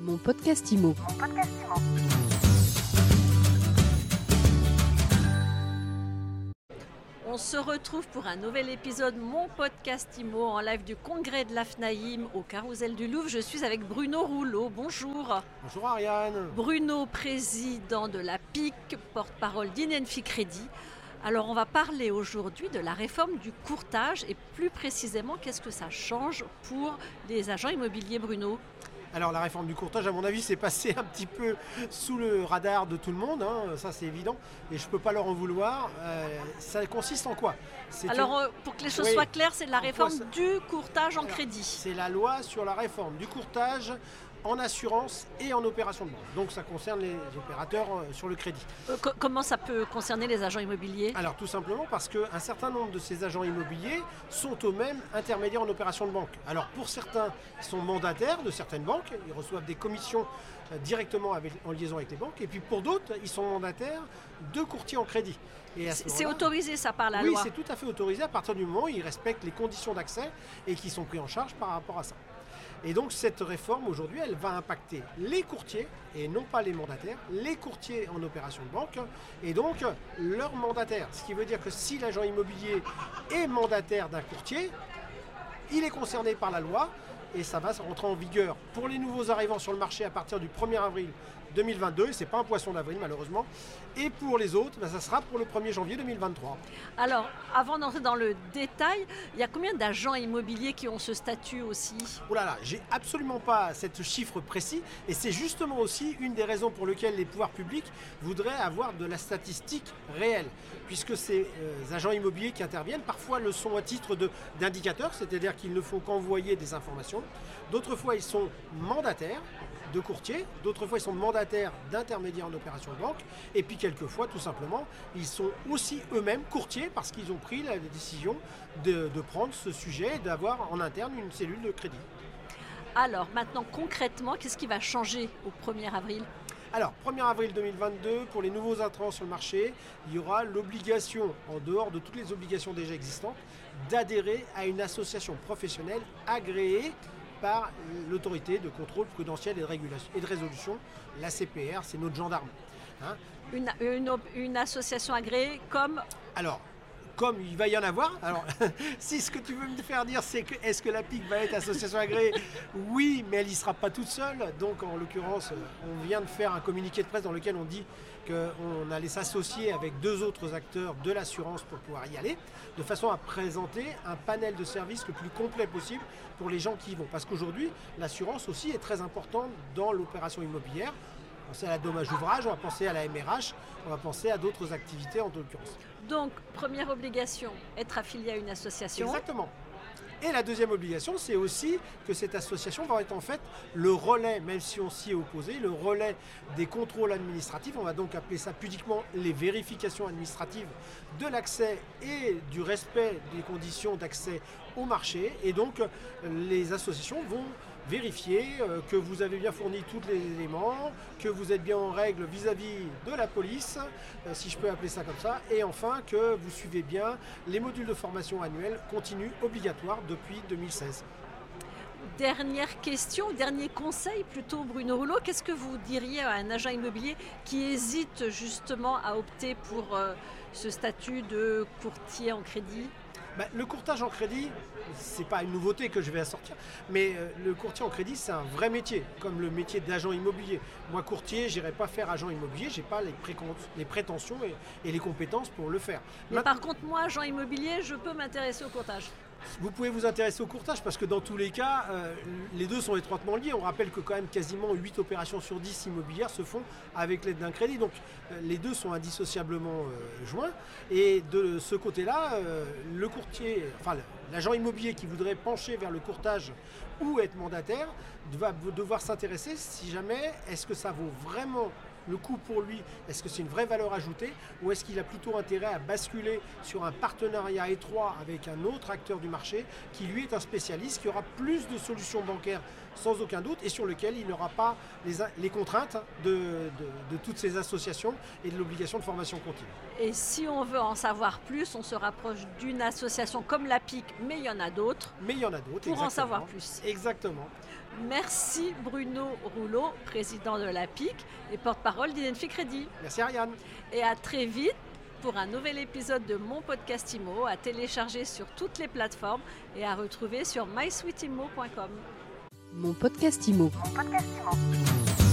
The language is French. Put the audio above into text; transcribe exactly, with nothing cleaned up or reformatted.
Mon podcast Imo. Mon podcast Imo. On se retrouve pour un nouvel épisode Mon podcast Imo en live du congrès de l'A F N A I M au Carrousel du Louvre. Je suis avec Bruno Rouleau. Bonjour. Bonjour Ariane. Bruno, président de la P I C, porte-parole d'Inenfi Crédit. Alors on va parler aujourd'hui de la réforme du courtage et plus précisément qu'est-ce que ça change pour les agents immobiliers, Bruno ? Alors la réforme du courtage, à mon avis, c'est passé un petit peu sous le radar de tout le monde, hein, ça c'est évident, et je ne peux pas leur en vouloir. Euh, ça consiste en quoi ? C'est Alors une... euh, pour que les choses oui. soient claires, c'est de la réforme ça... du courtage en Alors, crédit. C'est la loi sur la réforme du courtage en assurance et en opération de banque. Donc ça concerne les opérateurs euh, sur le crédit. Euh, co- comment ça peut concerner les agents immobiliers ? Alors tout simplement parce qu'un certain nombre de ces agents immobiliers sont eux-mêmes intermédiaires en opération de banque. Alors pour certains, ils sont mandataires de certaines banques, ils reçoivent des commissions euh, directement avec, en liaison avec les banques, et puis pour d'autres, ils sont mandataires de courtiers en crédit. Et à ce C'est moment-là, autorisé ça par la oui, loi ? c'est tout à fait autorisé à partir du moment où ils respectent les conditions d'accès et qui sont pris en charge par rapport à ça. Et donc cette réforme aujourd'hui, elle va impacter les courtiers et non pas les mandataires, les courtiers en opération de banque et donc leurs mandataires. Ce qui veut dire que si l'agent immobilier est mandataire d'un courtier, il est concerné par la loi et ça va rentrer en vigueur pour les nouveaux arrivants sur le marché à partir du premier avril deux mille vingt-deux, c'est pas un poisson d'avril malheureusement, et pour les autres, ben, ça sera pour le premier janvier deux mille vingt-trois. Alors, avant d'entrer dans le détail, il y a combien d'agents immobiliers qui ont ce statut aussi ? Oh là là, j'ai absolument pas ce chiffre précis, et c'est justement aussi une des raisons pour lesquelles les pouvoirs publics voudraient avoir de la statistique réelle, puisque ces euh, agents immobiliers qui interviennent parfois le sont à titre de, d'indicateurs, c'est-à-dire qu'ils ne font qu'envoyer des informations, d'autres fois ils sont mandataires de courtiers, d'autres fois ils sont mandataires d'intermédiaires en opération de banque, et puis quelquefois tout simplement ils sont aussi eux-mêmes courtiers parce qu'ils ont pris la décision de, de prendre ce sujet et d'avoir en interne une cellule de crédit. Alors maintenant concrètement, qu'est-ce qui va changer au premier avril ? Alors, premier avril deux mille vingt-deux, pour les nouveaux entrants sur le marché, il y aura l'obligation, en dehors de toutes les obligations déjà existantes, d'adhérer à une association professionnelle agréée par l'autorité de contrôle prudentiel et de, régulation, et de résolution, l'A C P R, c'est notre gendarme. Hein une, une, une association agréée comme... Alors, comme il va y en avoir, alors si ce que tu veux me faire dire c'est que est-ce que la P I C va être association agréée ? Oui, mais elle n'y sera pas toute seule. Donc en l'occurrence, on vient de faire un communiqué de presse dans lequel on dit qu'on allait s'associer avec deux autres acteurs de l'assurance pour pouvoir y aller, de façon à présenter un panel de services le plus complet possible pour les gens qui y vont. Parce qu'aujourd'hui, l'assurance aussi est très importante dans l'opération immobilière. On va penser à la dommage ouvrage, on va penser à la M R H, on va penser à d'autres activités en l'occurrence. Donc, première obligation, être affilié à une association. Exactement. Et la deuxième obligation, c'est aussi que cette association va être en fait le relais, même si on s'y est opposé, le relais des contrôles administratifs. On va donc appeler ça pudiquement les vérifications administratives de l'accès et du respect des conditions d'accès au marché. Et donc, les associations vont vérifier que vous avez bien fourni tous les éléments, que vous êtes bien en règle vis-à-vis de la police, si je peux appeler ça comme ça, et enfin que vous suivez bien les modules de formation annuels continus obligatoires depuis deux mille seize. Dernière question, dernier conseil plutôt, Bruno Rouleau, qu'est-ce que vous diriez à un agent immobilier qui hésite justement à opter pour euh, ce statut de courtier en crédit ? Ben, le courtage en crédit, c'est pas une nouveauté que je vais assortir, mais euh, le courtier en crédit, c'est un vrai métier, comme le métier d'agent immobilier. Moi, courtier, j'irai pas faire agent immobilier, j'ai pas les, précon- les prétentions et, et les compétences pour le faire. Mais Maintenant, par contre, moi, agent immobilier, je peux m'intéresser au courtage. vous pouvez vous intéresser au courtage parce que dans tous les cas, euh, les deux sont étroitement liés. On rappelle que quand même quasiment huit opérations sur dix immobilières se font avec l'aide d'un crédit. Donc euh, les deux sont indissociablement euh, joints. Et de ce côté-là, euh, le courtier, enfin l'agent immobilier qui voudrait pencher vers le courtage ou être mandataire va devoir s'intéresser si jamais est-ce que ça vaut vraiment le coût pour lui, est-ce que c'est une vraie valeur ajoutée ou est-ce qu'il a plutôt intérêt à basculer sur un partenariat étroit avec un autre acteur du marché qui lui est un spécialiste, qui aura plus de solutions bancaires sans aucun doute et sur lequel il n'aura pas les, les contraintes de, de, de toutes ces associations et de l'obligation de formation continue. Et si on veut en savoir plus, on se rapproche d'une association comme la P I C, mais il y en a d'autres. Mais il y en a d'autres. Pour en savoir plus. Exactement. Merci Bruno Rouleau, président de la P I C et porte-parole d'Inenfi Crédit. Merci Ariane. Et à très vite pour un nouvel épisode de Mon Podcast Immo à télécharger sur toutes les plateformes et à retrouver sur my sweet immo point com. Mon Podcast Immo. Mon Podcast Immo.